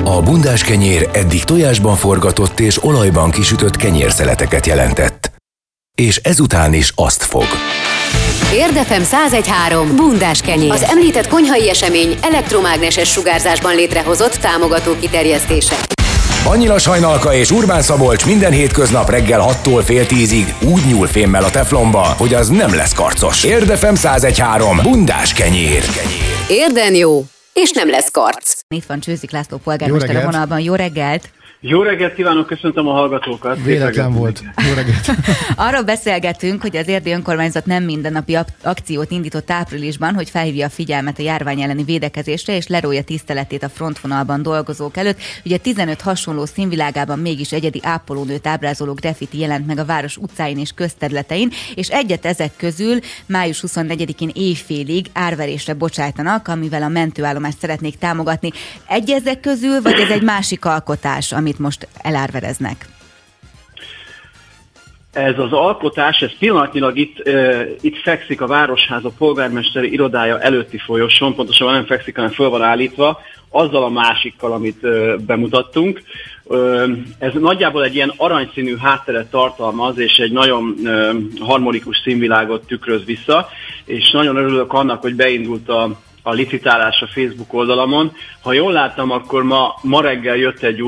A bundás kenyér eddig tojásban forgatott és olajban kisütött kenyérszeleteket jelentett. És ezután is azt fog. Érdefem 101.3 bundás kenyér. Az említett konyhai esemény elektromágneses sugárzásban létrehozott támogató kiterjesztése. Annyila Sajnalka és Urbán Szabolcs minden hétköznap reggel 6-tól fél 10-ig úgy nyúl fémmel a teflonba, hogy az nem lesz karcos. Érdefem 101.3 bundás kenyér. Érden jó, és nem lesz karc. Itt van Csőzik László polgármester a vonalban. Jó reggelt! Jó reggelt kívánok, köszöntöm a hallgatókat. Véletlen volt. Jó reggelt. Arról beszélgetünk, hogy az érdi önkormányzat nem mindennapi akciót indított áprilisban, hogy felhívja a figyelmet a járvány elleni védekezésre, és lerója tiszteletét a frontvonalban dolgozók előtt. Ugye 15 hasonló színvilágában mégis egyedi ápolónőt ábrázoló graffiti jelent meg a város utcáin és közterületein, és egyet ezek közül május 24-én éjfélig árverésre bocsájtanak, amivel a mentőállomást szeretnék támogatni. Egy ezek közül, vagy ez egy másik alkotás, amit most elárvereznek? Ez az alkotás, ez pillanatnyilag itt fekszik a Városháza polgármesteri irodája előtti folyosón, pontosabban nem fekszik, hanem föl van állítva, azzal a másikkal, amit bemutattunk. Ez nagyjából egy ilyen aranyszínű hátteret tartalmaz, és egy nagyon harmonikus színvilágot tükröz vissza, és nagyon örülök annak, hogy beindult a licitálás a Facebook oldalamon. Ha jól láttam, akkor ma reggel jött egy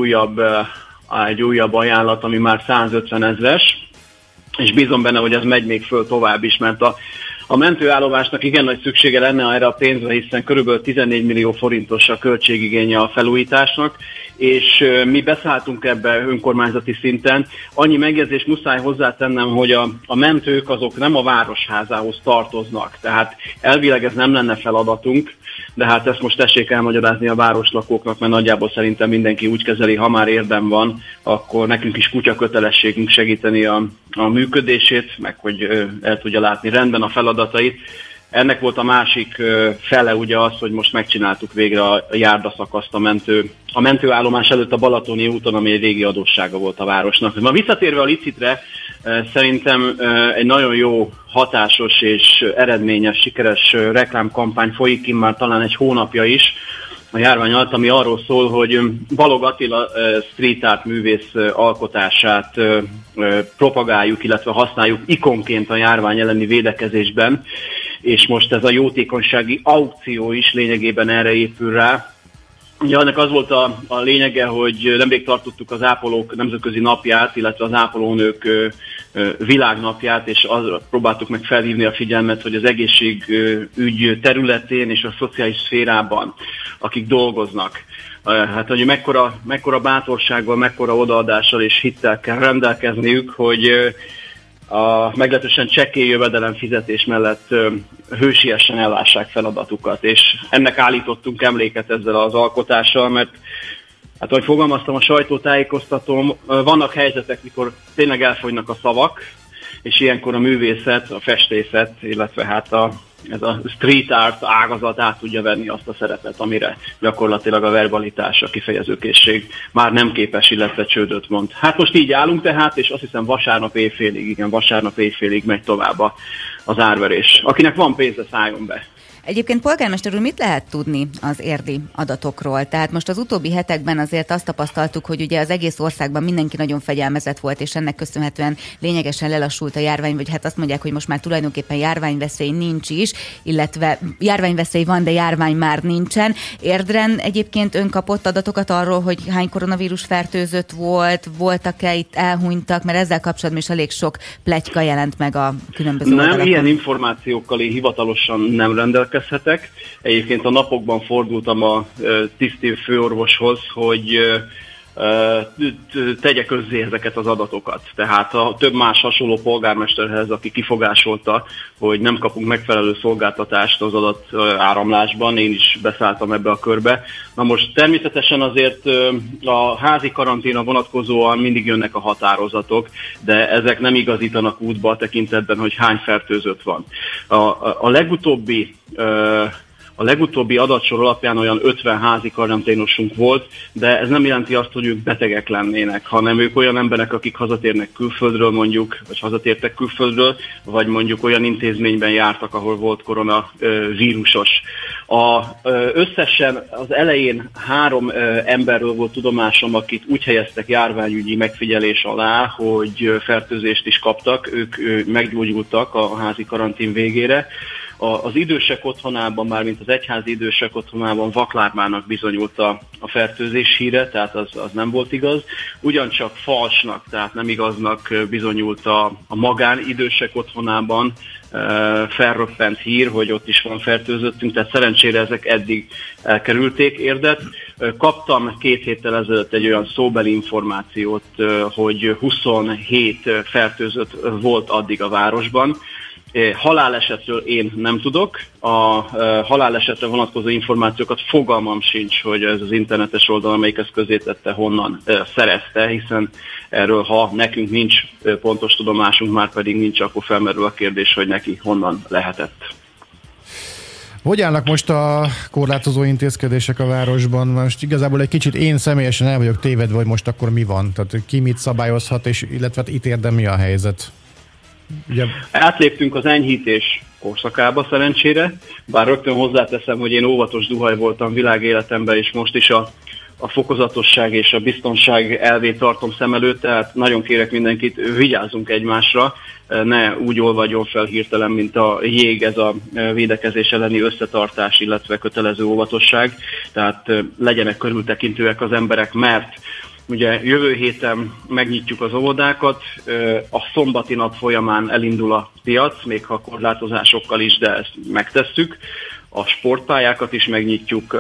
újabb ajánlat, ami már 150 000-es, és bízom benne, hogy ez megy még föl tovább is, mert a mentőállomásnak igen nagy szüksége lenne erre a pénzre, hiszen körülbelül 14 millió forintos a költségigénye a felújításnak, és mi beszálltunk ebbe önkormányzati szinten. Annyi megjegyzést muszáj hozzátennem, hogy a mentők azok nem a Városházához tartoznak, tehát elvileg ez nem lenne feladatunk, de hát ezt most tessék elmagyarázni a városlakóknak, mert nagyjából szerintem mindenki úgy kezeli, ha már érdem van, akkor nekünk is kutya kötelességünk segíteni a működését, meg hogy el tudja látni rendben a feladatait. Ennek volt a másik fele ugye az, hogy most megcsináltuk végre a járdaszakaszt a mentőállomás előtt a Balatoni úton, ami egy régi adóssága volt a városnak. Ma visszatérve a licitre, szerintem egy nagyon jó, hatásos és eredményes, sikeres reklámkampány folyik immár talán egy hónapja is a járvány alatt, ami arról szól, hogy Balogh Attila street art művész alkotását propagáljuk, illetve használjuk ikonként a járvány elleni védekezésben, és most ez a jótékonysági aukció is lényegében erre épül rá. Ugye ennek az volt a lényege, hogy nemrég tartottuk az ápolók nemzetközi napját, illetve az ápolónők világnapját, és azra próbáltuk meg felhívni a figyelmet, hogy az egészségügy területén és a szociális szférában, akik dolgoznak, hát hogy mekkora bátorsággal, mekkora odaadással és hittel kell rendelkezniük, hogy a meglehetősen csekély jövedelem fizetés mellett hősiesen ellássák feladatukat, és ennek állítottunk emléket ezzel az alkotással, mert hát ahogy fogalmaztam a sajtótájékoztatóm, vannak helyzetek, mikor tényleg elfogynak a szavak, és ilyenkor a művészet, a festészet, illetve hát ez a street art ágazat át tudja venni azt a szerepet, amire gyakorlatilag a verbalitás, a kifejezőkészség már nem képes, illetve csődöt mond. Hát most így állunk tehát, és azt hiszem vasárnap éjfélig megy tovább az árverés. Akinek van pénze, szálljon be. Egyébként polgármester úr, mit lehet tudni az érdi adatokról? Tehát most az utóbbi hetekben azért azt tapasztaltuk, hogy ugye az egész országban mindenki nagyon fegyelmezett volt, és ennek köszönhetően lényegesen lelassult a járvány, vagy hát azt mondják, hogy most már tulajdonképpen járványveszély nincs is, illetve járványveszély van, de járvány már nincsen. Érdren egyébként ön kapott adatokat arról, hogy hány koronavírus fertőzött voltak-e itt, elhunytak, mert ezzel kapcsolatban is elég sok pletyka jelent meg a különböző oldalakon. Nem, ilyen információkkal én hivatalosan nem rendelkezem. Egyébként a napokban fordultam a tiszti főorvoshoz, hogy tegye közzé ezeket az adatokat. Tehát a több más hasonló polgármesterhez, aki kifogásolta, hogy nem kapunk megfelelő szolgáltatást az adatáramlásban, én is beszálltam ebbe a körbe. Na most természetesen azért a házi karanténra vonatkozóan mindig jönnek a határozatok, de ezek nem igazítanak útba a tekintetben, hogy hány fertőzött van. A A legutóbbi adatsor alapján olyan 50 házi karanténosunk volt, de ez nem jelenti azt, hogy ők betegek lennének, hanem ők olyan emberek, akik hazatérnek külföldről mondjuk, vagy hazatértek külföldről, vagy mondjuk olyan intézményben jártak, ahol volt koronavírusos. Összesen az elején 3 emberről volt tudomásom, akit úgy helyeztek járványügyi megfigyelés alá, hogy fertőzést is kaptak, ők meggyógyultak a házi karantén végére. Az idősek otthonában, mármint az egyházi idősek otthonában vaklármának bizonyult a fertőzés híre, tehát az nem volt igaz. Ugyancsak falsnak, tehát nem igaznak bizonyult a magán idősek otthonában felröppent hír, hogy ott is van fertőzöttünk, tehát szerencsére ezek eddig elkerülték érdet. Kaptam 2 héttel ezelőtt egy olyan szóbeli információt, hogy 27 fertőzött volt addig a városban. Halálesetről én nem tudok. A halálesetre vonatkozó információkat fogalmam sincs, hogy ez az internetes oldal, amelyik ezt közzétette, honnan szerezte, hiszen erről, ha nekünk nincs pontos tudomásunk, már pedig nincs, akkor felmerül a kérdés, hogy neki honnan lehetett. Hogy állnak most a korlátozó intézkedések a városban? Most igazából egy kicsit én személyesen el vagyok tévedve, hogy most akkor mi van? Tehát ki mit szabályozhat, és illetve itt érdem mi a helyzet? Ugye... Átléptünk az enyhítés korszakába szerencsére, bár rögtön hozzáteszem, hogy én óvatos duhaj voltam világéletemben, és most is a fokozatosság és a biztonság elvét tartom szem előtt, tehát nagyon kérek mindenkit, vigyázzunk egymásra, ne úgy olvadjon fel hirtelen, mint a jég ez a védekezés elleni összetartás, illetve kötelező óvatosság, tehát legyenek körültekintőek az emberek, mert ugye jövő héten megnyitjuk az óvodákat, a szombati nap folyamán elindul a piac, még ha korlátozásokkal is, de ezt megtesszük. A sportpályákat is megnyitjuk.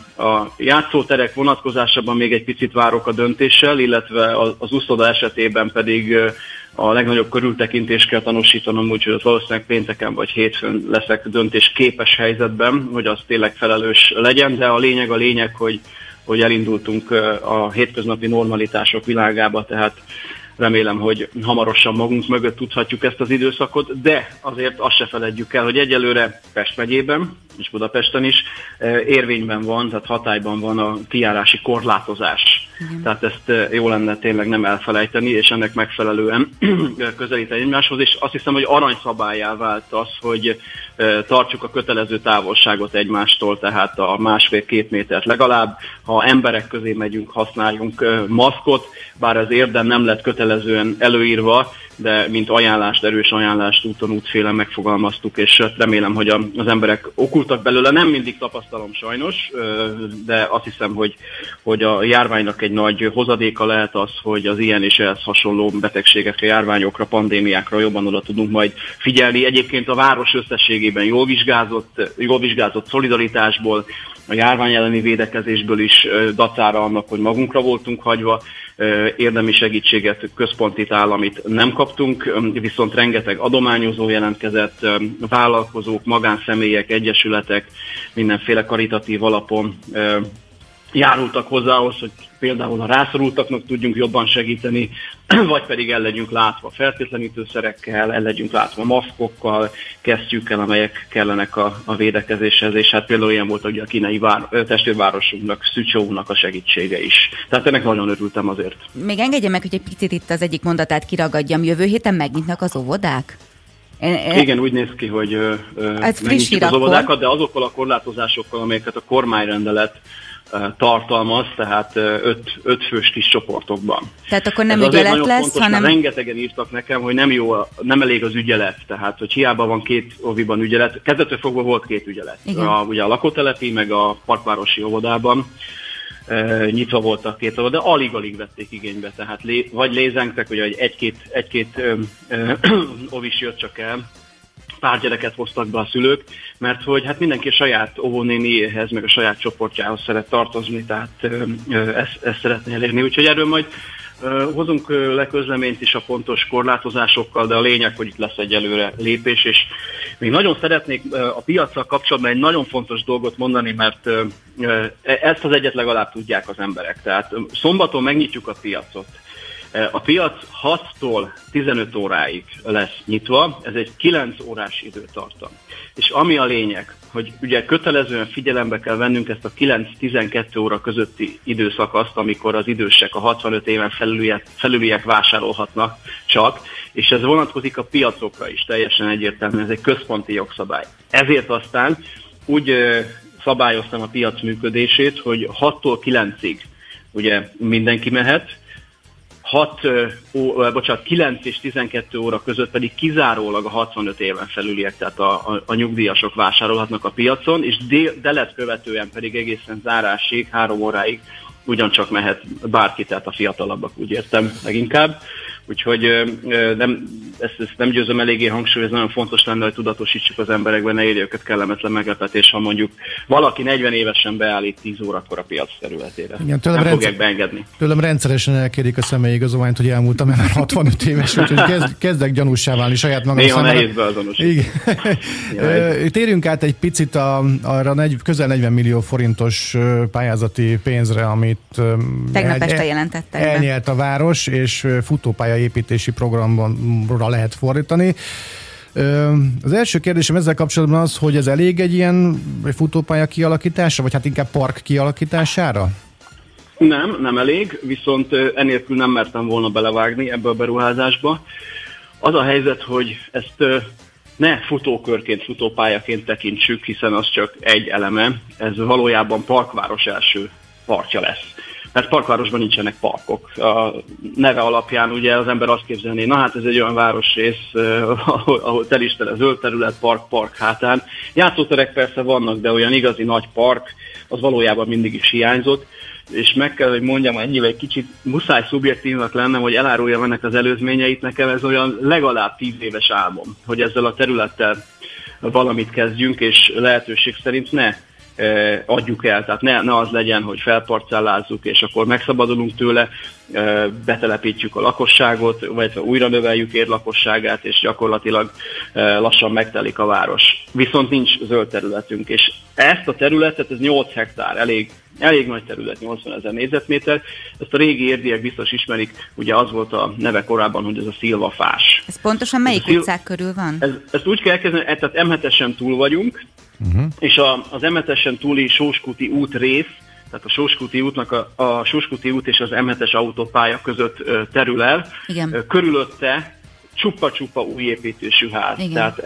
A játszóterek vonatkozásában még egy picit várok a döntéssel, illetve az uszoda esetében pedig a legnagyobb körültekintést kell tanúsítanom, úgyhogy valószínűleg pénteken vagy hétfőn leszek döntésképes helyzetben, hogy az tényleg felelős legyen, de a lényeg, hogy elindultunk a hétköznapi normalitások világába, tehát remélem, hogy hamarosan magunk mögött tudhatjuk ezt az időszakot, de azért azt se feledjük el, hogy egyelőre Pest megyében és Budapesten is érvényben van, tehát hatályban van a kijárási korlátozás. Tehát ezt jó lenne tényleg nem elfelejteni, és ennek megfelelően közelíteni egymáshoz, és azt hiszem, hogy aranyszabályá vált az, hogy tartsuk a kötelező távolságot egymástól, tehát a 1,5-2 métert legalább. Ha emberek közé megyünk, használjunk maszkot, bár az érdem nem lett kötelezően előírva, de mint ajánlást, erős ajánlást úton útféle megfogalmaztuk, és remélem, hogy az emberek okultak belőle. Nem mindig tapasztalom sajnos, de azt hiszem, hogy a járványnak egy nagy hozadéka lehet az, hogy az ilyen és ehhez hasonló betegségekre, járványokra, pandémiákra jobban oda tudunk majd figyelni. Egyébként a város összességében jól vizsgázott szolidaritásból, a járvány elleni védekezésből is dacára annak, hogy magunkra voltunk hagyva, érdemi segítséget, központit, államit nem kaptunk, viszont rengeteg adományozó jelentkezett, vállalkozók, magánszemélyek, egyesületek, mindenféle karitatív alapon járultak hozzához, hogy például a rászorultaknak tudjunk jobban segíteni, vagy pedig el legyünk látva fertőtlenítőszerekkel, el legyünk látva maszkokkal, kesztyűkkel, amelyek kellenek a védekezéshez, és hát például ilyen volt ugye a kínai testvérvárosunknak, Szücsóunak a segítsége is. Tehát ennek nagyon örültem azért. Még engedje meg, hogy egy picit itt az egyik mondatát kiragadjam. Jövő héten megnyitnak az óvodák? Igen, úgy néz ki, hogy megnyitjuk az óvodákat, de azokkal a korlátozásokkal, amelyeket a kormányrendelet tartalmaz, tehát 5 fős kis csoportokban. Tehát akkor nem ügyelet lesz, fontos, hanem... Rengetegen írtak nekem, hogy nem elég az ügyelet, tehát hogy hiába van 2 óviban ügyelet, kezdetől fogva volt 2 ügyelet. Ugye a lakótelepi, meg a parkvárosi óvodában nyitva voltak 2 óvoda, de alig-alig vették igénybe, tehát vagy lézengtek, ugye egy-két óvis jött csak el, pár gyereket hoztak be a szülők, mert hogy hát mindenki a saját óvónéniéhez, meg a saját csoportjához szeret tartozni, tehát ezt szeretné elérni. Úgyhogy erről majd hozunk le közleményt is a pontos korlátozásokkal, de a lényeg, hogy itt lesz egyelőre lépés, és még nagyon szeretnék a piaccal kapcsolatban egy nagyon fontos dolgot mondani, mert ezt az egyet legalább tudják az emberek. Tehát szombaton megnyitjuk a piacot. A piac 6-tól 15 óráig lesz nyitva, ez egy 9 órás időtartam. És ami a lényeg, hogy ugye kötelezően figyelembe kell vennünk ezt a 9-12 óra közötti időszakaszt, amikor az idősek, a 65 éven felüliek vásárolhatnak csak, és ez vonatkozik a piacokra is, teljesen egyértelmű, ez egy központi jogszabály. Ezért aztán úgy szabályoztam a piac működését, hogy 6-tól 9-ig ugye mindenki mehet, 9 és 12 óra között pedig kizárólag a 65 éven felüliek, tehát a nyugdíjasok vásárolhatnak a piacon, és délet követően pedig egészen zárásig, 3 óráig ugyancsak mehet bárki, tehát a fiatalabbak, úgy értem leginkább. Úgyhogy ezt nem győzöm eléggé hangsúlyozni, nagyon fontos lenne, hogy tudatosítsuk az emberekben, ne érje őket kellemetlen meglepetés, ha mondjuk valaki 40 évesen beállít 10 órakor a piac területére. Igen, nem fogják beengedni. Tőlem rendszeresen elkérik a személyigazományt, hogy elmúltam már 65 éves, úgyhogy kezdek gyanússá válni saját magam számára. Néha nehéz beazonosítani. Térjünk át egy picit arra közel 40 millió forintos pályázati pénzre, amit tegnap este jelentettek be. Elnyelt a város, és futópályaépítési programra lehet fordítani. Az első kérdésem ezzel kapcsolatban az, hogy ez elég egy ilyen futópálya kialakításra, vagy hát inkább park kialakítására? Nem elég, viszont enélkül nem mertem volna belevágni ebbe a beruházásba. Az a helyzet, hogy ezt ne futókörként, futópályaként tekintsük, hiszen az csak egy eleme, ez valójában Parkváros első parkja lesz. Mert Parkvárosban nincsenek parkok. A neve alapján ugye az ember azt képzelné, na hát ez egy olyan városrész, ahol telistele zöld terület, park hátán. Játszóterek persze vannak, de olyan igazi nagy park, az valójában mindig is hiányzott. És meg kell, hogy mondjam, ennyivel egy kicsit muszáj szubjektívnak lennem, hogy eláruljam ennek az előzményeit. Nekem ez olyan legalább 10 éves álmom, hogy ezzel a területtel valamit kezdjünk, és lehetőség szerint ne adjuk el, tehát ne az legyen, hogy felparcellázzuk, és akkor megszabadulunk tőle, betelepítjük a lakosságot, vagy újra növeljük érlakosságát, és gyakorlatilag lassan megtelik a város. Viszont nincs zöld területünk, és ezt a területet, ez 8 hektár, elég nagy terület, 80 000 négyzetméter, ezt a régi érdiek biztos ismerik, ugye az volt a neve korábban, hogy ez a szilvafás. Ez pontosan melyik utcák körül van? Ezt úgy kell kezdeni, tehát M7-esen túl vagyunk, és az M7-esen túli Sóskúti út rész, tehát a Sóskúti útnak a Sóskúti út és az M7-es autópálya között terül el. Igen. Körülötte csupa-csupa új építésű ház. Igen. Tehát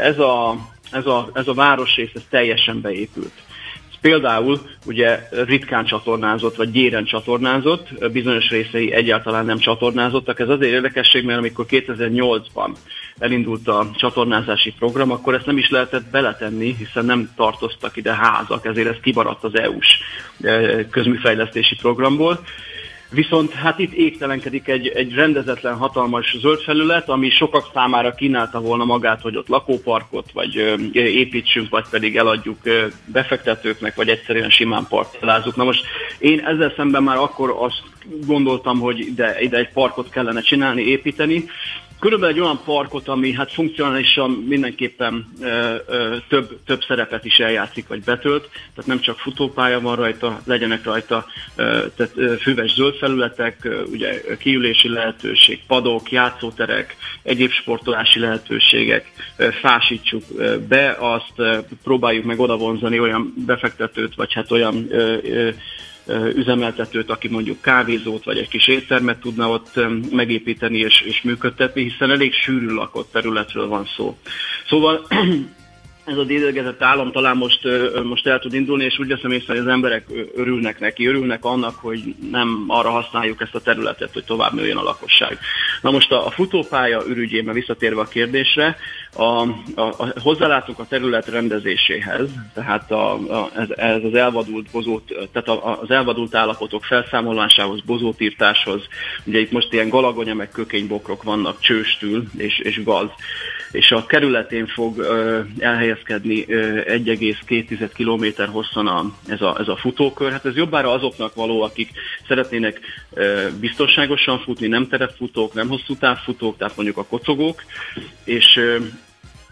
ez a városrész, ez teljesen beépült. Például ugye ritkán csatornázott, vagy gyéren csatornázott, bizonyos részei egyáltalán nem csatornázottak. Ez azért érdekesség, mert amikor 2008-ban elindult a csatornázási program, akkor ezt nem is lehetett beletenni, hiszen nem tartoztak ide házak, ezért ez kimaradt az EU-s közműfejlesztési programból. Viszont hát itt égtelenkedik egy rendezetlen, hatalmas zöld felület, ami sokak számára kínálta volna magát, hogy ott lakóparkot, vagy építsünk, vagy pedig eladjuk befektetőknek, vagy egyszerűen simán parcellázzuk. Na most én ezzel szemben már akkor azt gondoltam, hogy ide egy parkot kellene csinálni, építeni. Körülbelül egy olyan parkot, ami hát funkcionálisan mindenképpen több szerepet is eljátszik, vagy betölt, tehát nem csak futópálya van rajta, legyenek rajta tehát füves zöld felületek, ugye kiülési lehetőség, padok, játszóterek, egyéb sportolási lehetőségek, fásítsuk be, azt próbáljuk meg odavonzani olyan befektetőt, vagy hát olyan üzemeltetőt, aki mondjuk kávézót vagy egy kis éttermet tudna ott megépíteni és működtetni, hiszen elég sűrű lakott területről van szó. Szóval ez a dédelgetett állam talán most el tud indulni, és úgy veszem észre, hogy az emberek örülnek neki, örülnek annak, hogy nem arra használjuk ezt a területet, hogy tovább nőjön a lakosság. Na most a futópálya ürügyében visszatérve a kérdésre, hozzálátunk a terület rendezéséhez, tehát ez az elvadult bozót, tehát az elvadult állapotok felszámolásához, bozótírtáshoz, ugye itt most ilyen galagonya meg kökénybokrok vannak csőstül és gaz, és a kerületén fog elhelyezkedni 1,2 kilométer hosszan ez a futókör. Hát ez jobbára azoknak való, akik szeretnének biztonságosan futni, nem terepfutók, nem hosszú távfutók, tehát mondjuk a kocogók, és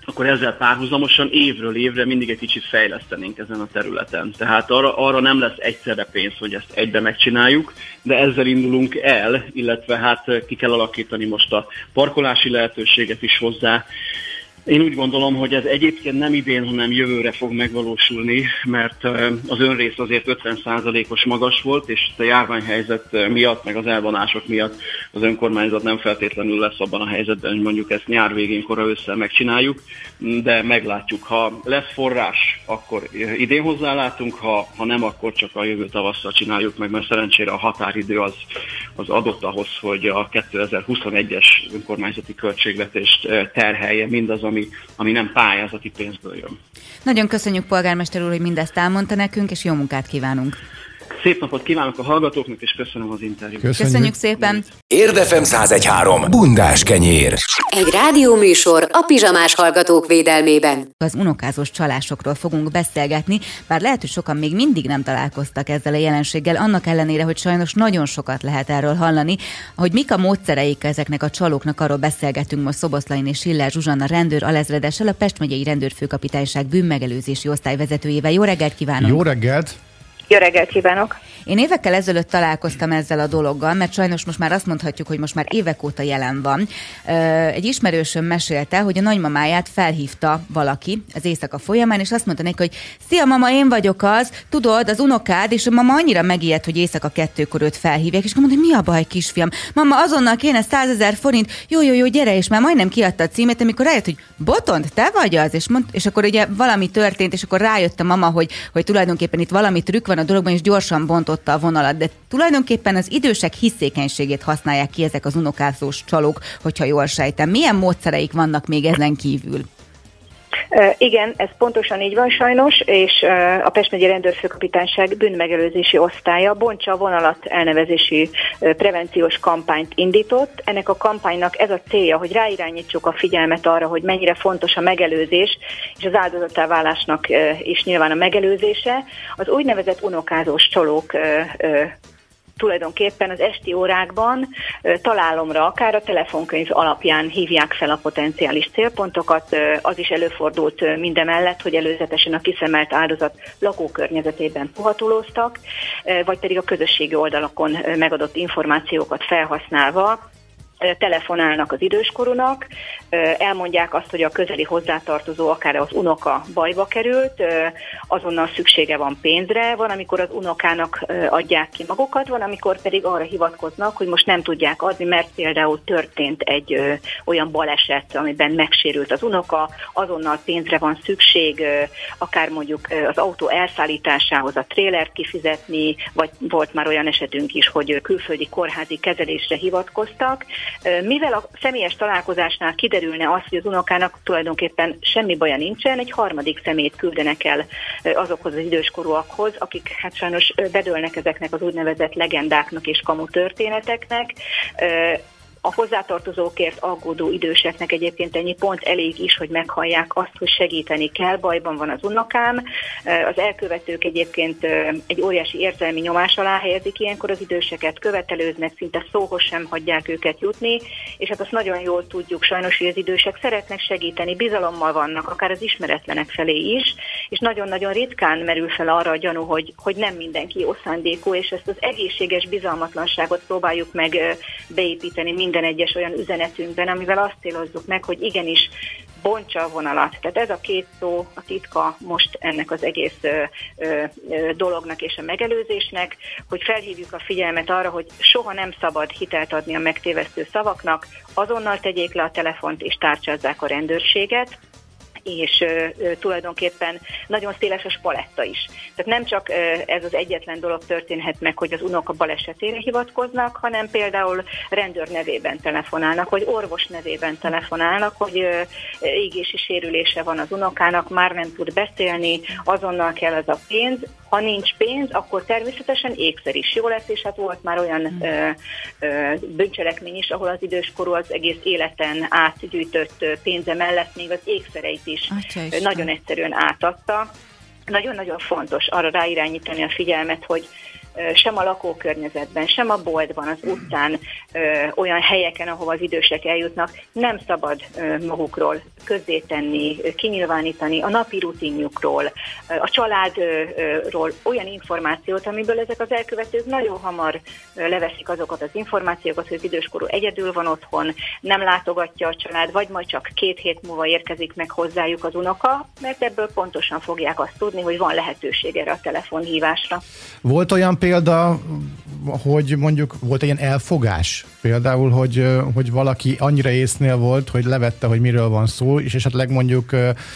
akkor ezzel párhuzamosan évről évre mindig egy kicsit fejlesztenénk ezen a területen. Tehát arra nem lesz egyszerre pénz, hogy ezt egybe megcsináljuk, de ezzel indulunk el, illetve hát ki kell alakítani most a parkolási lehetőséget is hozzá. Én úgy gondolom, hogy ez egyébként nem idén, hanem jövőre fog megvalósulni, mert az önrész azért 50%-os magas volt, és a járványhelyzet miatt, meg az elvonások miatt az önkormányzat nem feltétlenül lesz abban a helyzetben, hogy mondjuk ezt nyár végén, kora ősszel megcsináljuk, de meglátjuk. Ha lesz forrás, akkor idén hozzálátunk, ha nem, akkor csak a jövő tavasszal csináljuk meg, mert szerencsére a határidő az adott ahhoz, hogy a 2021-es önkormányzati költségvetést terhelje mindaz, ami nem pályázati pénzből jön. Nagyon köszönjük, polgármester úr, hogy mindezt elmondta nekünk, és jó munkát kívánunk. Szép napot kívánok a hallgatóknak, és köszönöm az interjút. Köszönjük szépen. Érdefem 101.3. Bundás kenyér. Egy rádióműsor a pizsamás hallgatók védelmében. Az unokázós csalásokról fogunk beszélgetni, bár lehet, hogy sokan még mindig nem találkoztak ezzel a jelenséggel, annak ellenére, hogy sajnos nagyon sokat lehet erről hallani. Hogy mik a módszereik ezeknek a csalóknak, arról beszélgetünk most Szoboszlain és Schiller Zsuzsanna rendőr alezredessel, a Pest megyei rendőrfőkapitányság bűnmegelőzési osztályvezetőjével. Jó reggelt kívánok! Jó reggelt! Jó reggelt kívánok! Én évekkel ezelőtt találkoztam ezzel a dologgal, mert sajnos most már azt mondhatjuk, hogy most már évek óta jelen van. Egy ismerősöm mesélte, hogy a nagymamáját felhívta valaki az éjszaka folyamán, és azt mondta neki, hogy szia mama, én vagyok az, tudod, az unokád, és a mama annyira megijedt, hogy éjszaka 2-kor őt felhívják, és mondta, hogy mi a baj, kisfiam? Mama, azonnal kéne 100 000 forint, jó, gyere, és már majdnem kiadta a címét, amikor rájött, hogy Botond, te vagy az? És akkor ugye valami történt, és akkor rájött a mama, hogy tulajdonképpen itt valami trükk van a dologban, és gyorsan bontotta a vonalat, de tulajdonképpen az idősek hiszékenységét használják ki ezek az unokázós csalók, hogyha jól sejtem. Milyen módszereik vannak még ezen kívül? Igen, ez pontosan így van sajnos, és a Pest megyei rendőrfőkapitányság bűnmegelőzési osztálya Bontsa a vonalat elnevezési prevenciós kampányt indított. Ennek a kampánynak ez a célja, hogy ráirányítsuk a figyelmet arra, hogy mennyire fontos a megelőzés, és az áldozatáválásnak is nyilván a megelőzése. Az úgynevezett unokázós csalók tulajdonképpen az esti órákban találomra, akár a telefonkönyv alapján hívják fel a potenciális célpontokat. Az is előfordult mindemellett, hogy előzetesen a kiszemelt áldozat lakókörnyezetében puhatulóztak, vagy pedig a közösségi oldalakon megadott információkat felhasználva telefonálnak az időskorúnak, elmondják azt, hogy a közeli hozzátartozó, akár az unoka bajba került, azonnal szüksége van pénzre, van, amikor az unokának adják ki magukat, van, amikor pedig arra hivatkoznak, hogy most nem tudják adni, mert például történt egy olyan baleset, amiben megsérült az unoka, azonnal pénzre van szükség, akár mondjuk az autó elszállításához a trélert kifizetni, vagy volt már olyan esetünk is, hogy külföldi kórházi kezelésre hivatkoztak. Mivel a személyes találkozásnál kiderülne az, hogy az unokának tulajdonképpen semmi baja nincsen, egy harmadik személyt küldenek el azokhoz az időskorúakhoz, akik hát sajnos bedőlnek ezeknek az úgynevezett legendáknak és kamu történeteknek. A hozzátartozókért aggódó időseknek egyébként ennyi pont elég is, hogy meghallják azt, hogy segíteni kell, bajban van az unokám. Az elkövetők egyébként egy óriási érzelmi nyomás alá helyezik ilyenkor az időseket, követelőznek, szinte szóhoz sem hagyják őket jutni, és hát azt nagyon jól tudjuk sajnos, hogy az idősek szeretnek segíteni, bizalommal vannak, akár az ismeretlenek felé is, és nagyon-nagyon ritkán merül fel arra a gyanú, hogy nem mindenki jó szándékú, és ezt az egészséges bizalmatlanságot próbáljuk meg beépíteni minden egyes olyan üzenetünkben, amivel azt célozzuk meg, hogy igenis bontsa a vonalat. Tehát ez a két szó a titka most ennek az egész dolognak és a megelőzésnek, hogy felhívjuk a figyelmet arra, hogy soha nem szabad hitelt adni a megtévesztő szavaknak, azonnal tegyék le a telefont és tárcsázzák a rendőrséget, és tulajdonképpen nagyon széles a paletta is. Tehát nem csak ez az egyetlen dolog történhet meg, hogy az unoka balesetére hivatkoznak, hanem például rendőr nevében telefonálnak, vagy orvos nevében telefonálnak, hogy égési sérülése van az unokának, már nem tud beszélni, azonnal kell az a pénz. Ha nincs pénz, akkor természetesen ékszer is jó lesz, és hát volt már olyan bűncselekmény is, ahol az időskorú az egész életen átgyűjtött pénze mellett még az ékszereit is nagyon egyszerűen átadta. Nagyon-nagyon fontos arra ráirányítani a figyelmet, hogy sem a lakókörnyezetben, sem a boltban, az utcán, olyan helyeken, ahova az idősek eljutnak, nem szabad magukról közzétenni, kinyilvánítani a napi rutinjukról, a családról olyan információt, amiből ezek az elkövetők nagyon hamar leveszik azokat az információkat, hogy az időskorú egyedül van otthon, nem látogatja a család, vagy majd csak 2 hét múlva érkezik meg hozzájuk az unoka, mert ebből pontosan fogják azt tudni, hogy van lehetőség erre a telefonhívásra. Volt olyan példa, hogy mondjuk volt ilyen elfogás? Például, hogy valaki annyira észnél volt, hogy levette, hogy miről van szó, és esetleg mondjuk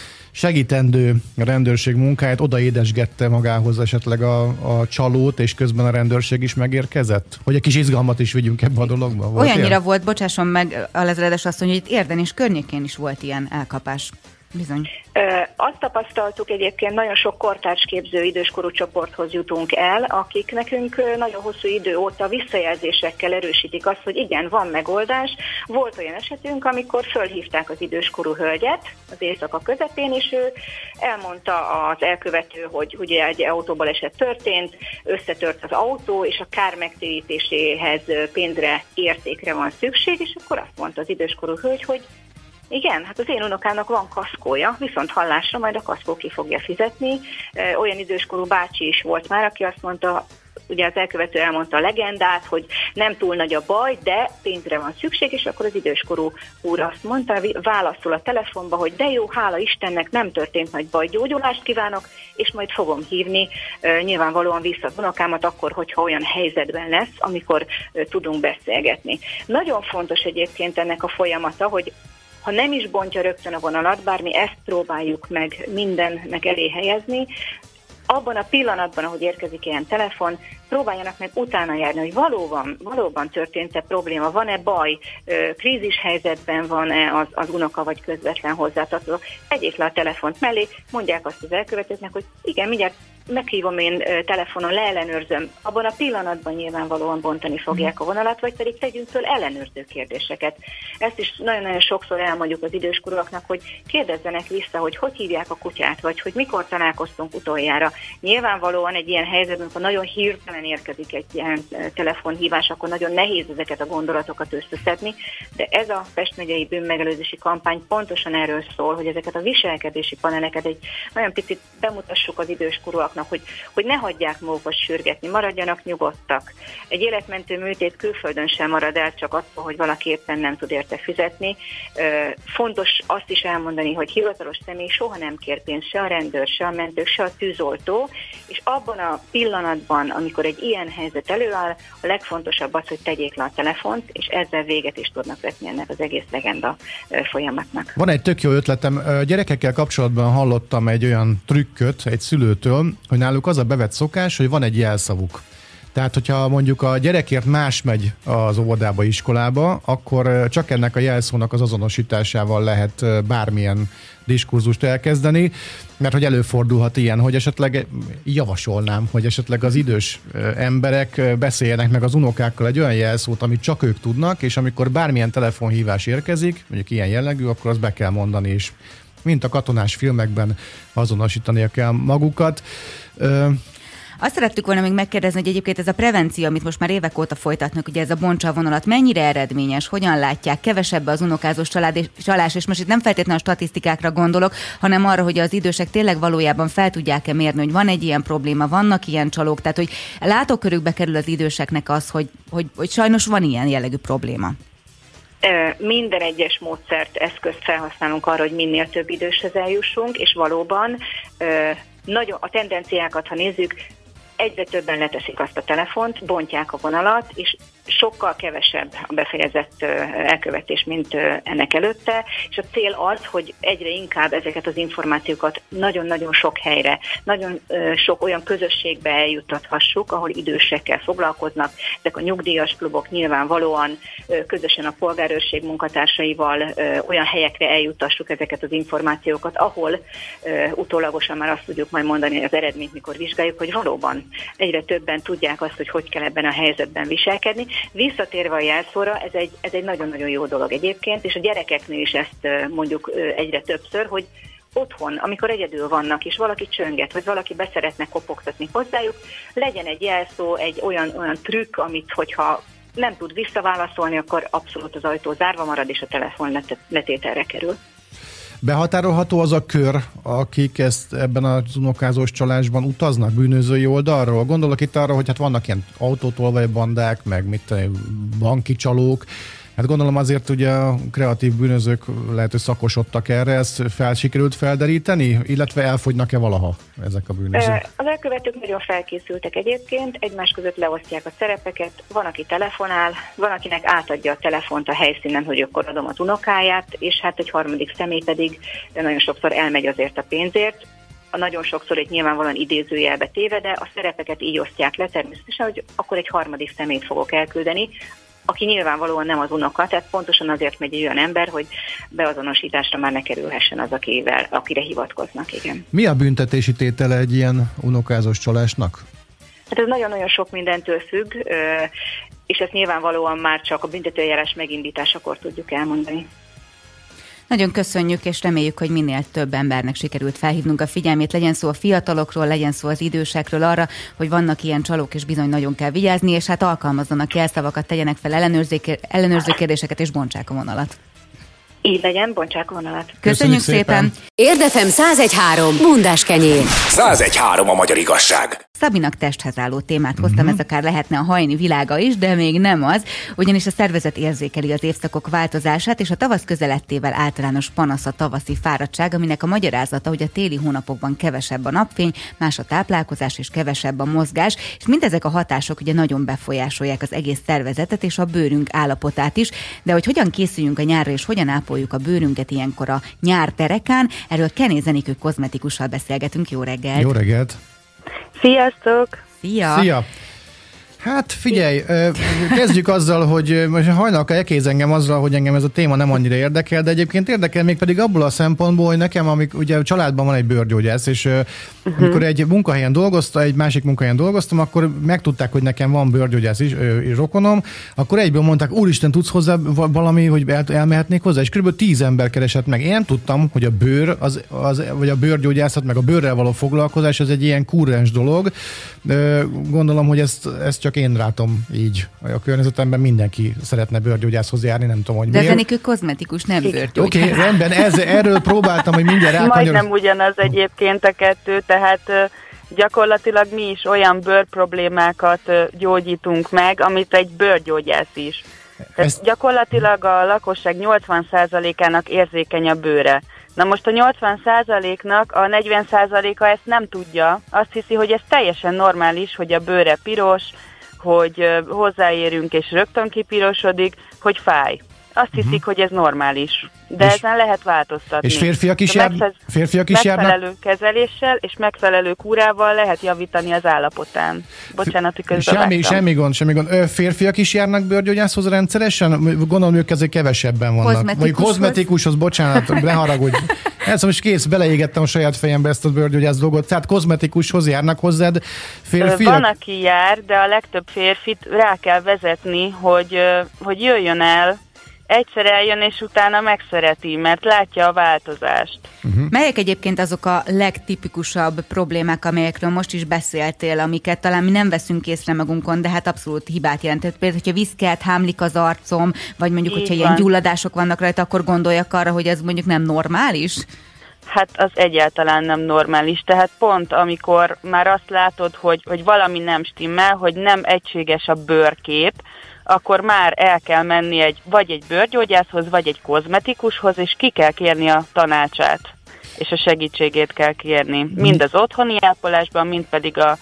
segítendő a rendőrség munkáját odaédesgette magához esetleg a csalót, és közben a rendőrség is megérkezett? Hogy egy kis izgalmat is vigyünk ebbe a dologba? Olyannyira volt, bocsásson meg, alezredes asszony, hogy itt Érden és környékén is volt ilyen elkapás. Bizony. Azt tapasztaltuk egyébként, nagyon sok kortársképző időskorú csoporthoz jutunk el, akik nekünk nagyon hosszú idő óta visszajelzésekkel erősítik azt, hogy igen, van megoldás. Volt olyan esetünk, amikor fölhívták az időskorú hölgyet az éjszaka közepén, és ő elmondta az elkövető, hogy ugye egy autóbaleset történt, összetört az autó, és a kár megtérítéséhez pénzre, értékre van szükség, és akkor azt mondta az időskorú hölgy, hogy igen, hát az én unokának van kaszkója, viszont hallásra majd a kaszkó ki fogja fizetni. Olyan időskorú bácsi is volt már, aki azt mondta, ugye az elkövető elmondta a legendát, hogy nem túl nagy a baj, de pénzre van szükség, és akkor az időskorú úr azt mondta, válaszol a telefonba, hogy de jó, hála Istennek, nem történt nagy baj, gyógyulást kívánok, és majd fogom hívni nyilvánvalóan vissza az unokámat akkor, hogyha olyan helyzetben lesz, amikor tudunk beszélgetni. Nagyon fontos egyébként ennek a folyamata, hogy ha nem is bontja rögtön a vonalat, bár mi ezt próbáljuk meg mindennek elé helyezni, abban a pillanatban, ahogy érkezik ilyen telefon, próbáljanak meg utána járni, hogy valóban történt-e probléma, van-e baj, krízis helyzetben van-e az unoka vagy közvetlen hozzátartozó. Tegyék le a telefont mellé, mondják azt az elkövetőknek, hogy igen, mindjárt meghívom én telefonon, leellenőrzöm. Abban a pillanatban nyilvánvalóan bontani fogják a vonalat, vagy pedig tegyünk föl ellenőrző kérdéseket. Ezt is nagyon-nagyon sokszor elmondjuk az időskorúaknak, hogy kérdezzenek vissza, hogy hívják a kutyát, vagy hogy mikor találkoztunk utoljára. Nyilvánvalóan egy ilyen helyzetben, amikor nagyon hirtelen érkezik egy ilyen telefonhívás, akkor nagyon nehéz ezeket a gondolatokat összeszedni, de ez a Pest megyei bűnmegelőzési kampány pontosan erről szól, hogy ezeket a viselkedési paneleket egy nagyon picit bemutassuk az időskorúaknak, hogy ne hagyják magukat sürgetni, maradjanak nyugodtak. Egy életmentő műtét külföldön sem marad el csak attól, hogy valaki éppen nem tud érte fizetni. Fontos azt is elmondani, hogy hivatalos személy soha nem kér pénzt, se a rendőr, se a mentők, se a tűzoltó, és abban a pillanatban, amikor egy ilyen helyzet előáll, a legfontosabb az, hogy tegyék le a telefont, és ezzel véget is tudnak vetni ennek az egész legenda folyamatnak. Van egy tök jó ötletem. Gyerekekkel kapcsolatban hallottam egy olyan trükköt egy szülőtől, hogy náluk az a bevett szokás, hogy van egy jelszavuk. Tehát, hogyha mondjuk a gyerekért más megy az óvodába, iskolába, akkor csak ennek a jelszónak az azonosításával lehet bármilyen diskurzust elkezdeni, mert hogy előfordulhat ilyen, hogy esetleg javasolnám, hogy esetleg az idős emberek beszéljenek meg az unokákkal egy olyan jelszót, amit csak ők tudnak, és amikor bármilyen telefonhívás érkezik, mondjuk ilyen jellegű, akkor azt be kell mondani, és mint a katonás filmekben azonosítania kell magukat. Azt szerettük volna még megkérdezni, hogy egyébként ez a prevenció, amit most már évek óta folytatnak, ugye ez a bontsa a vonalat, mennyire eredményes, hogyan látják, kevesebb az unokázós csalás, és most itt nem feltétlenül a statisztikákra gondolok, hanem arra, hogy az idősek tényleg valójában fel tudják-e mérni, hogy van egy ilyen probléma, vannak ilyen csalók, tehát hogy látókörükbe kerül az időseknek az, hogy sajnos van ilyen jellegű probléma. Minden egyes módszert, eszközt felhasználunk arra, hogy minél több időshez eljussunk, és valóban nagyon a tendenciákat, ha nézzük, egyre többen leteszik azt a telefont, bontják a vonalat, és sokkal kevesebb a befejezett elkövetés, mint ennek előtte, és a cél az, hogy egyre inkább ezeket az információkat nagyon-nagyon sok helyre, nagyon sok olyan közösségbe eljuttathassuk, ahol idősekkel foglalkoznak. Ezek a nyugdíjas klubok nyilvánvalóan közösen a polgárőrség munkatársaival olyan helyekre eljuttassuk ezeket az információkat, ahol utólagosan már azt tudjuk majd mondani, hogy az eredményt mikor vizsgáljuk, hogy valóban egyre többen tudják azt, hogy kell ebben a helyzetben viselkedni. Visszatérve a jelszóra, ez egy nagyon-nagyon jó dolog egyébként, és a gyerekeknél is ezt mondjuk egyre többször, otthon, amikor egyedül vannak, és valaki csönget, vagy valaki beszeretne kopogtatni hozzájuk, legyen egy jelszó, egy olyan trükk, amit hogyha nem tud visszaválaszolni, akkor abszolút az ajtó zárva marad, és a telefon letételre kerül. Behatárolható az a kör, akik ezt ebben az unokázós csalásban utaznak bűnözői oldalról? Gondolok itt arra, hogy hát vannak ilyen autótolvaj bandák, meg banki csalók. Hát gondolom azért ugye a kreatív bűnözők lehet, hogy szakosodtak erre, ezt sikerült felderíteni, illetve elfogynak-e valaha ezek a bűnözők? Az elkövetők nagyon felkészültek egyébként, egymás között leosztják a szerepeket, van, aki telefonál, van, akinek átadja a telefont a helyszínen, hogy akkor adom az unokáját, és hát egy harmadik személy pedig nagyon sokszor elmegy azért a pénzért. Nagyon sokszor egy nyilvánvalóan idézőjelbe téve, de a szerepeket így osztják le természetesen, hogy akkor egy harmadik személyt fogok elküldeni, aki nyilvánvalóan nem az unoka, tehát pontosan azért megy egy olyan ember, hogy beazonosításra már ne kerülhessen az, akire hivatkoznak, igen. Mi a büntetési tétele egy ilyen unokázós csalásnak? Hát ez nagyon-nagyon sok mindentől függ, és ezt nyilvánvalóan már csak a büntetőeljárás megindításakor tudjuk elmondani. Nagyon köszönjük, és reméljük, hogy minél több embernek sikerült felhívnunk a figyelmét. Legyen szó a fiatalokról, legyen szó az idősekről arra, hogy vannak ilyen csalók, és bizony nagyon kell vigyázni, és hát alkalmazzanak jelszavakat, tegyenek fel ellenőrző kérdéseket, és bontsák a vonalat. Így legyen, bontsák a vonalat. Köszönjük szépen! Érdefem 101.3. Bundás kenyér. 101.3 a magyar igazság. Szabinak testhez álló témát hoztam, ez akár lehetne a hajni világa is, de még nem az, ugyanis a szervezet érzékeli az évszakok változását, és a tavasz közelettével általános panasz a tavaszi fáradtság, aminek a magyarázata, hogy a téli hónapokban kevesebb a napfény, más a táplálkozás és kevesebb a mozgás, és mindezek a hatások ugye nagyon befolyásolják az egész szervezetet és a bőrünk állapotát is, de hogy hogyan készüljünk a nyárra és hogyan ápoljuk a bőrünket ilyenkor a nyár terekán, erről Kené Zenikő kozmetikussal beszélgetünk. Jó reggelt! Jó reggelt! Sziasztok! Szia! Szia! Hát figyelj, kezdjük azzal, hogy most hajnalka elkéz engem azzal, hogy engem ez a téma nem annyira érdekel, de egyébként érdekel még pedig abból a szempontból, hogy nekem, ugye a családban van egy bőrgyógyász, és amikor egy másik munkahelyen dolgoztam, akkor megtudták, hogy nekem van bőrgyógyász is, rokonom, akkor egyből mondták, úristen, tudsz hozzá valami, hogy elmehetnék hozzá, és kb. 10 ember keresett meg. Én nem tudtam, hogy a bőr, vagy a bőrgyógyászat, meg a bőrrel való foglalkozás, az egy ilyen kúrens dolog. Gondolom, hogy ezt csak én látom így. A környezetemben mindenki szeretne bőrgyógyászhoz járni, nem tudom, hogy miért. De Zenikő kozmetikus, nem bőrgyógyász. Oké, rendben, erről próbáltam, hogy mindjárt rákanyarodni. Majdnem ugyanaz egyébként a kettő, tehát gyakorlatilag mi is olyan bőrproblémákat gyógyítunk meg, amit egy bőrgyógyász is. Tehát gyakorlatilag a lakosság 80%-ának érzékeny a bőre. Na most a 80%-nak a 40%-a ezt nem tudja, azt hiszi, hogy ez teljesen normális, hogy a bőre piros, hogy hozzáérünk és rögtön kipirosodik, hogy fáj. Azt hiszik, hogy ez normális. De ezen lehet változtatni. És férfiak is járnak? Megfelelő kezeléssel és megfelelő kúrával lehet javítani az állapotán. Bocsánat, hogy közbevágtam. Semmi gond. Férfiak is járnak bőrgyógyászhoz rendszeresen? Gondolom, ők ezért kevesebben vannak. Vagy kozmetikushoz, bocsánat, ne haragudj. Ezt most kész, beleégettem a saját fejembe ezt a bőrgyógyász dolgot. Tehát kozmetikushoz járnak hozzád férfiak? Van, aki jár, de a legtöbb férfit rá kell vezetni, hogy jöjjön el, egyszer eljön, és utána megszereti, mert látja a változást. Melyek egyébként azok a legtipikusabb problémák, amelyekről most is beszéltél, amiket talán mi nem veszünk észre magunkon, de hát abszolút hibát jelentett. Például, hogyha viszkelt, hámlik az arcom, vagy mondjuk, hogyha ilyen gyulladások vannak rajta, akkor gondoljak arra, hogy ez mondjuk nem normális? Hát az egyáltalán nem normális. Tehát pont amikor már azt látod, hogy valami nem stimmel, hogy nem egységes a bőrkép, akkor már el kell menni vagy egy bőrgyógyászhoz, vagy egy kozmetikushoz, és ki kell kérni a tanácsát, és a segítségét kell kérni. Mind az otthoni ápolásban, mind pedig a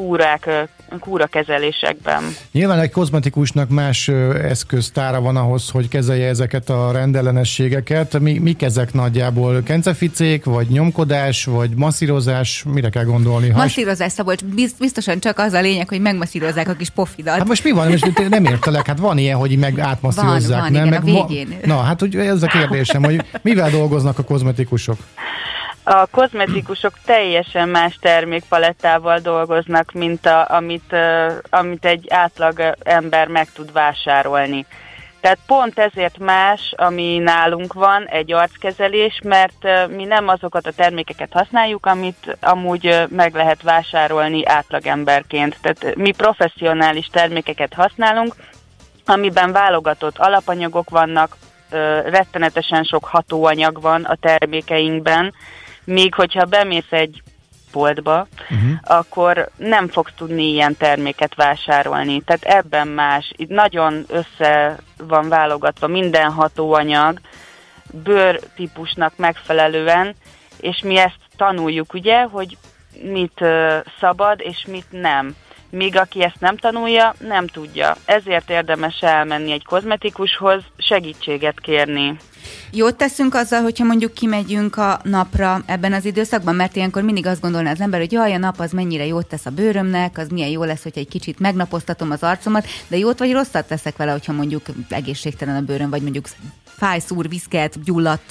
kúrakezelésekben. Nyilván egy kozmetikusnak más eszköztára van ahhoz, hogy kezelje ezeket a rendellenességeket. Mik ezek nagyjából? Kenceficék, vagy nyomkodás, vagy masszírozás? Mire kell gondolni? Masszírozás, Szabolcs, biztosan csak az a lényeg, hogy megmasszírozzák a kis pofidat. Hát most mi van? Most nem értelek, hát van ilyen, hogy meg átmasszírozzák. Van, igen, a végén. Na, hát ugye ez a kérdésem, hogy mivel dolgoznak a kozmetikusok? A kozmetikusok teljesen más termékpalettával dolgoznak, mint amit egy átlag ember meg tud vásárolni. Tehát pont ezért más, ami nálunk van, egy arckezelés, mert mi nem azokat a termékeket használjuk, amit amúgy meg lehet vásárolni átlagemberként. Tehát mi professzionális termékeket használunk, amiben válogatott alapanyagok vannak, rettenetesen sok hatóanyag van a termékeinkben, míg hogyha bemész egy boltba, akkor nem fogsz tudni ilyen terméket vásárolni. Tehát ebben más. Itt nagyon össze van válogatva minden hatóanyag bőrtípusnak megfelelően, és mi ezt tanuljuk, ugye, hogy mit szabad és mit nem. Míg aki ezt nem tanulja, nem tudja. Ezért érdemes elmenni egy kozmetikushoz, segítséget kérni. Jót teszünk azzal, hogyha mondjuk kimegyünk a napra ebben az időszakban, mert ilyenkor mindig azt gondolná az ember, hogy jaj, a nap az mennyire jót tesz a bőrömnek, az milyen jó lesz, hogyha egy kicsit megnapoztatom az arcomat, de jót vagy rosszat teszek vele, hogyha mondjuk egészségtelen a bőröm, vagy mondjuk fáj, szúr, viszket, gyulladt.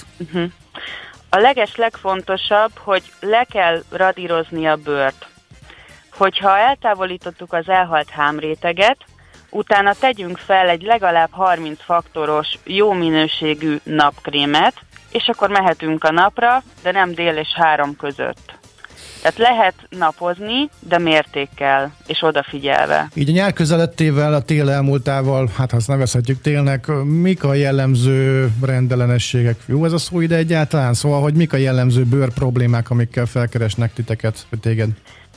A legfontosabb, hogy le kell radírozni a bőrt. Hogyha eltávolítottuk az elhalt hámréteget, utána tegyünk fel egy legalább 30 faktoros, jó minőségű napkrémet, és akkor mehetünk a napra, de nem dél és 3 között. Tehát lehet napozni, de mértékkel és odafigyelve. Így a nyár közelettével, a tél elmúltával, hát ha azt nevezhetjük télnek, mik a jellemző rendellenességek? Jó ez a szó ide egyáltalán? Szóval, hogy mik a jellemző bőr problémák, amikkel felkeresnek titeket, vagy téged?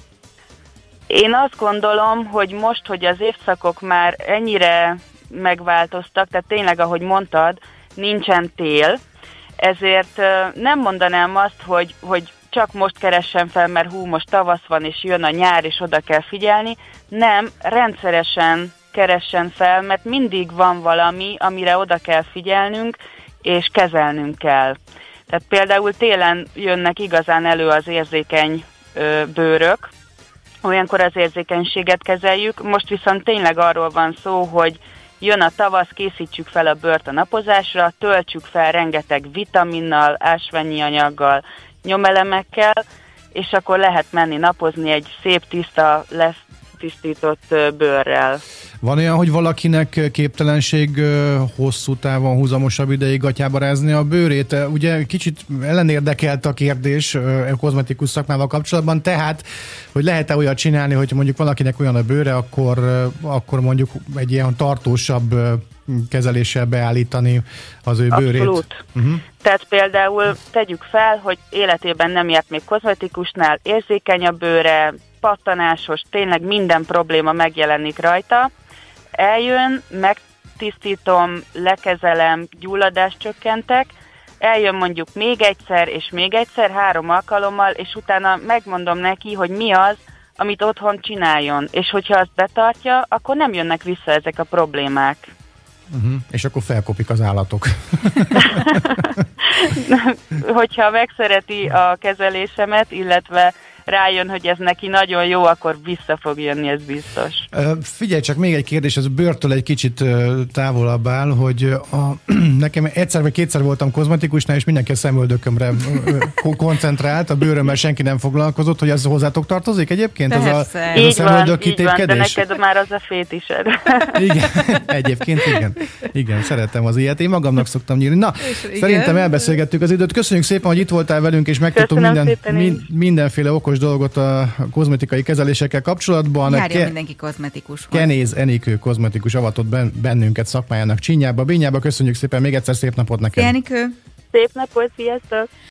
Én azt gondolom, hogy most, hogy az évszakok már ennyire megváltoztak, tehát tényleg, ahogy mondtad, nincsen tél, ezért nem mondanám azt, hogy csak most keressen fel, mert most tavasz van, és jön a nyár, és oda kell figyelni. Nem, rendszeresen keressen fel, mert mindig van valami, amire oda kell figyelnünk, és kezelnünk kell. Tehát például télen jönnek igazán elő az érzékeny bőrök, olyankor az érzékenységet kezeljük. Most viszont tényleg arról van szó, hogy jön a tavasz, készítsük fel a bőrt a napozásra, töltsük fel rengeteg vitaminnal, ásványi anyaggal, nyomelemekkel, és akkor lehet menni napozni egy szép, tiszta, letisztított bőrrel. Van olyan, hogy valakinek képtelenség hosszú távon, húzamosabb ideig gatyába rázni a bőrét? Ugye kicsit ellenérdekelt a kérdés a kozmetikus szakmával kapcsolatban, tehát, hogy lehet-e olyat csinálni, hogy mondjuk valakinek olyan a bőre, akkor mondjuk egy ilyen tartósabb kezeléssel beállítani az ő bőrét? Abszolút. Tehát például tegyük fel, hogy életében nem járt még kozmetikusnál, érzékeny a bőre, pattanásos, tényleg minden probléma megjelenik rajta. Eljön, megtisztítom, lekezelem, gyulladást csökkentek, eljön mondjuk még egyszer, és még egyszer, 3 alkalommal, és utána megmondom neki, hogy mi az, amit otthon csináljon. És hogyha azt betartja, akkor nem jönnek vissza ezek a problémák. És akkor felkopik az állatok. Hogyha megszereti a kezelésemet, illetve rájön, hogy ez neki nagyon jó, akkor vissza fog jönni, ez biztos. Figyelj csak, még egy kérdés, ez a bőrtől egy kicsit távolabb áll, hogy nekem egyszer vagy kétszer voltam kozmetikusnál, és mindenki a szemöldökömre koncentrált, a bőrömmel senki nem foglalkozott, hogy ez hozzátok tartozik egyébként? Persze. Ez a szemöldök kitépkedés? De neked már az a fétised. Igen, egyébként igen, szeretem az ilyet. Én magamnak szoktam nyírni. Na, szerintem elbeszélgettük az időt. Köszönjük szépen, hogy itt voltál velünk, és megtudtunk mindenféle okos dolgot a kozmetikai kezelésekkel kapcsolatban. Járja mindenki kozmetikushoz. Kenéz Enikő kozmetikus avatott bennünket szakmájának csínyába, bínyába. Köszönjük szépen, még egyszer szép napot neked. Enikő. Szép napot, sziasztok!